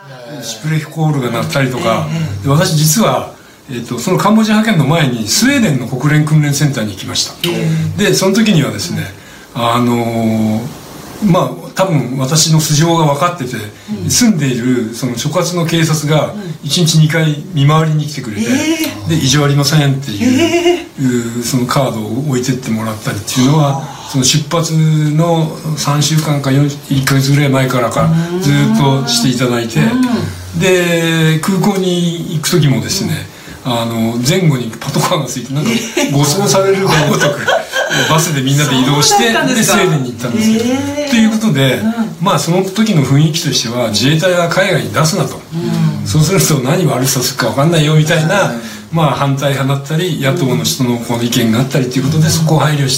シュプレヒコールが鳴ったりとか、で私実は、そのカンボジア派遣の前にスウェーデンの国連訓練センターに行きました。でその時にはですね、まあ多分私の素性が分かってて、住んでいるその所轄の警察が1日2回見回りに来てくれて、で意地悪いませんっていう、そのカードを置いてってもらったりっていうのは、その出発の3週間か1ヶ月ぐらい前からずっとしていただいて、で空港に行く時もですね、前後にパトカーがついてなんか護送されるがごとくバスでみんなで移動してでスウェーデンに行ったんですけど、ということで、まあその時の雰囲気としては、自衛隊は海外に出すなと、そうすると何悪さするか分かんないよみたいな、まあ反対派だったり野党の人のこの意見があったりということで、そこを配慮して、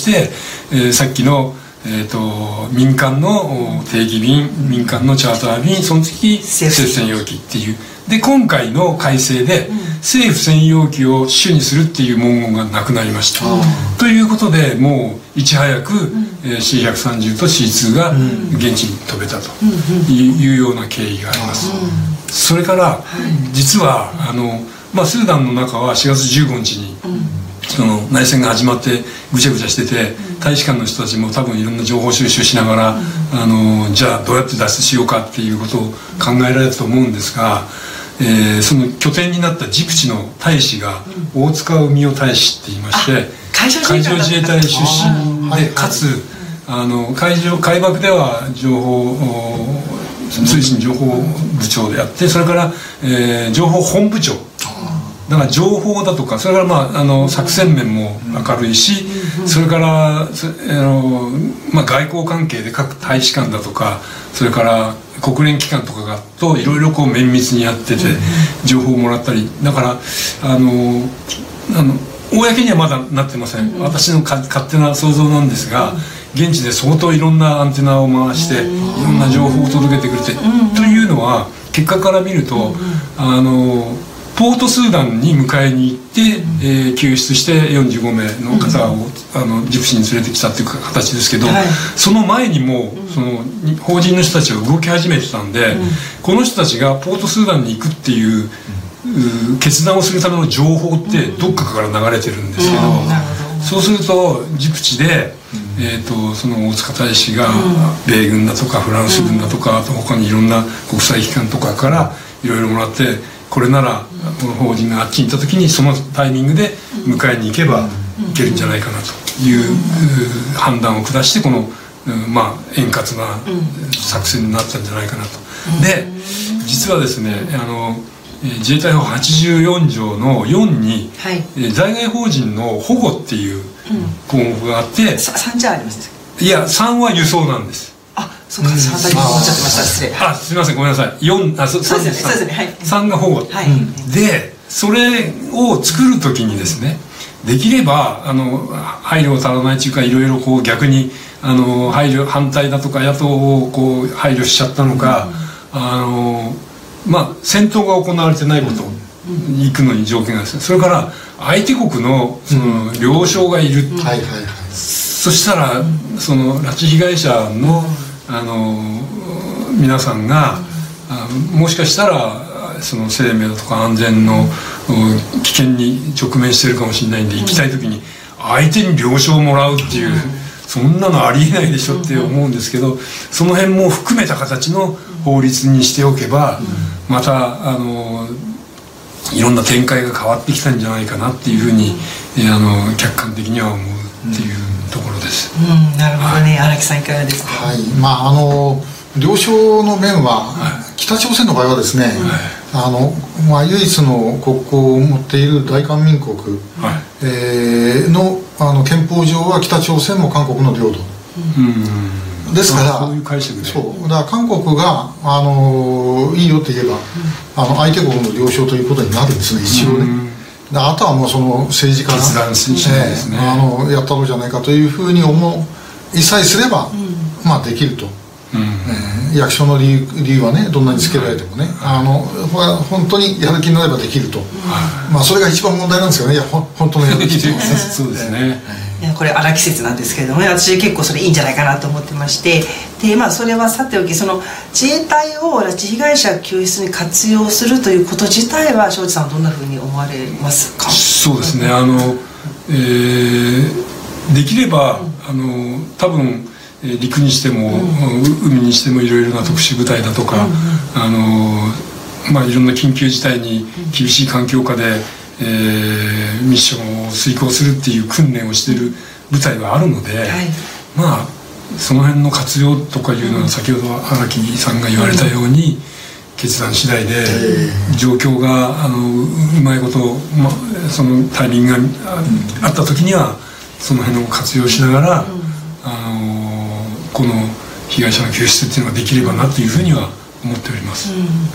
さっきの民間の定期便、民間のチャーター便、その次政府専用機っていう。で今回の改正で、政府専用機を主にするっていう文言がなくなりました。ということで、もういち早く C130 と C2 が現地に飛べたというような経緯があります。それから実はまあ、スーダンの中は4月15日にその内戦が始まってぐちゃぐちゃしてて、大使館の人たちも多分いろんな情報収集しながら、じゃあどうやって脱出しようかっていうことを考えられたと思うんですが、その拠点になったジブチの大使が大塚海洋大使って言いまして、海上自衛隊出身で、かつ海幕では通信情報部長であって、それから、情報本部長だから、情報だとか、それからまあ作戦面も明るいし、それからまあ、外交関係で各大使館だとか、それから国連機関とかがといろいろこう綿密にやってて情報をもらったり、だから公にはまだなってません。私の勝手な想像なんですが、現地で相当いろんなアンテナを回していろんな情報を届けてくれて、というのは結果から見るとポートスーダンに迎えに行って、救出して45名の方をジブチに連れてきたっていう形ですけど、その前にもその法人の人たちが動き始めてたんで、この人たちがポートスーダンに行くっていう決断をするための情報ってどっかから流れてるんですけど、そうするとジブチで、その大塚大使が米軍だとかフランス軍だとか、あと他にいろんな国際機関とかからいろいろもらって、これならこの法人があっちに行った時にそのタイミングで迎えに行けばいけるんじゃないかなという判断を下して、このまあ円滑な作戦になったんじゃないかなと。で実はですね、自衛隊法84条の4に、在外邦人の保護っていう項目があって、 3じゃありません。 いや3は輸送なんです。 そうか、3だけ思っちゃってました。失礼。 すみません、ごめんなさい。 そうですね、はい。 3が保護。でそれを作る時にですね、できれば配慮を足らないというか、いろいろこう逆に反対だとか野党をこう配慮しちゃったのか、まあ戦闘が行われてないこと、行くのに条件がですね、それから相手国のその了承がいる。そしたらその拉致被害者の皆さんがもしかしたらその生命だとか安全の危険に直面してるかもしれないんで、行きたい時に相手に了承をもらうっていう、そんなのありえないでしょって思うんですけど、その辺も含めた形の法律にしておけば、またいろんな展開が変わってきたんじゃないかなっていうふうに客観的には思うっていうところです。 なるほどね。荒木さんいかがですか。 まあ了承の面は、北朝鮮の場合はですね、唯一の国交を持っている大韓民国の憲法上は北朝鮮も韓国の領土ですから、 そういう解釈で、 だから韓国がいいよって言えば相手国の了承ということになるんですね、一応ね。あとはもうその政治家がやったのじゃないかというふうに思いさえすれば、まあできると。役所の理由はね、どんなにつけられてもね、本当にやる気になればできると。まあそれが一番問題なんですよね。本当のやる気っていうのはね。 そうですね。 これ荒季節なんですけれどもね、私結構それいいんじゃないかなと思ってまして、でそれはさておき、その自衛隊を拉致被害者救出に活用するということ自体は庄司さんはどんなふうに思われますか？ そうですね、できれば多分陸にしても、海にしてもいろいろな特殊部隊だとか、いろんな緊急事態に厳しい環境下で、ミッションを遂行するっていう訓練をしている部隊はあるので、その辺の活用とかいうのは先ほど荒木さんが言われたように、決断次第で状況がうまいこと、そのタイミングがあった時にはその辺を活用しながら、この被害者の救出っていうのができればなというふうには思っております。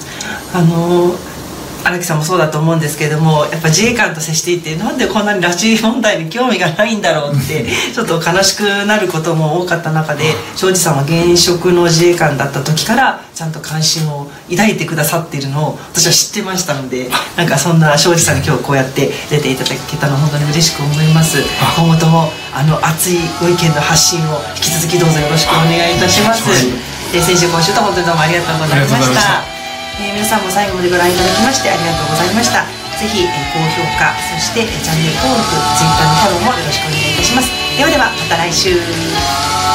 荒木さんもそうだと思うんですけれども、やっぱ自衛官と接していて、なんでこんなに拉致問題に興味がないんだろうってちょっと悲しくなることも多かった中で、庄司さんは現職の自衛官だった時からちゃんと関心を抱いてくださっているのを私は知ってましたので、なんかそんな庄司さんに今日こうやって出ていただけたの本当に嬉しく思います。今後とも熱いご意見の発信を引き続きどうぞよろしくお願いいたします。先週今週と本当にどうもありがとうございました。皆さんも最後までご覧いただきましてありがとうございました。ぜひ高評価、そしてチャンネル登録、Twitter のフォローもよろしくお願いいたします。ではではまた来週。